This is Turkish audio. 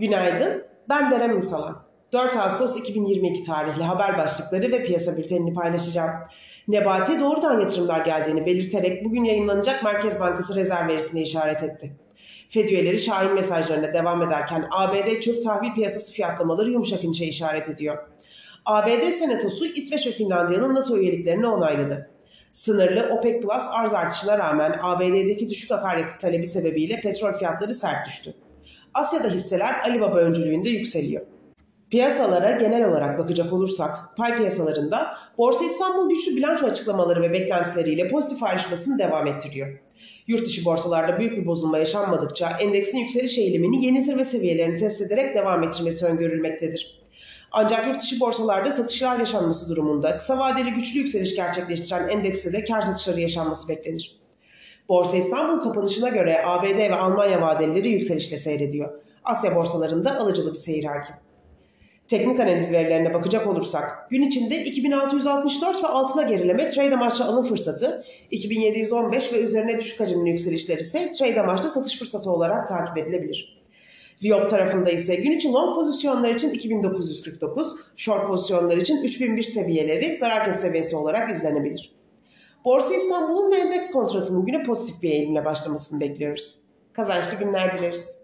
Günaydın, ben Berem Ünsalan. 4 Ağustos 2022 tarihli haber başlıkları ve piyasa bültenini paylaşacağım. Nebati doğrudan yatırımlar geldiğini belirterek bugün yayınlanacak Merkez Bankası rezerv verisine işaret etti. Fed üyeleri şahin mesajlarına devam ederken ABD çöp tahvil piyasası fiyatlamaları yumuşak inişe işaret ediyor. ABD Senatosu İsveç ve Finlandiya'nın NATO üyeliklerini onayladı. Sınırlı OPEC Plus arz artışına rağmen ABD'deki düşük akaryakıt talebi sebebiyle petrol fiyatları sert düştü. Asya'da hisseler Alibaba öncülüğünde yükseliyor. Piyasalara genel olarak bakacak olursak, pay piyasalarında Borsa İstanbul güçlü bilanço açıklamaları ve beklentileriyle pozitif ayrışmasını devam ettiriyor. Yurt dışı borsalarda büyük bir bozulma yaşanmadıkça endeksin yükseliş eğilimini yeni zirve seviyelerini test ederek devam ettirmesi öngörülmektedir. Ancak yurt dışı borsalarda satışlar yaşanması durumunda kısa vadeli güçlü yükseliş gerçekleştiren endekste de kar satışları yaşanması beklenir. Borsa İstanbul kapanışına göre ABD ve Almanya vadeleri yükselişle seyrediyor. Asya borsalarında alıcılı bir seyir hakim. Teknik analiz verilerine bakacak olursak, gün içinde 2664 ve altına gerileme trade amaçlı alım fırsatı, 2715 ve üzerine düşük hacimli yükselişler ise trade amaçlı satış fırsatı olarak takip edilebilir. Viyop tarafında ise gün için long pozisyonlar için 2949, short pozisyonlar için 3001 seviyeleri zarar kes seviyesi olarak izlenebilir. Borsa İstanbul'un ve endeks kontratının güne pozitif bir eğilimle başlamasını bekliyoruz. Kazançlı günler dileriz.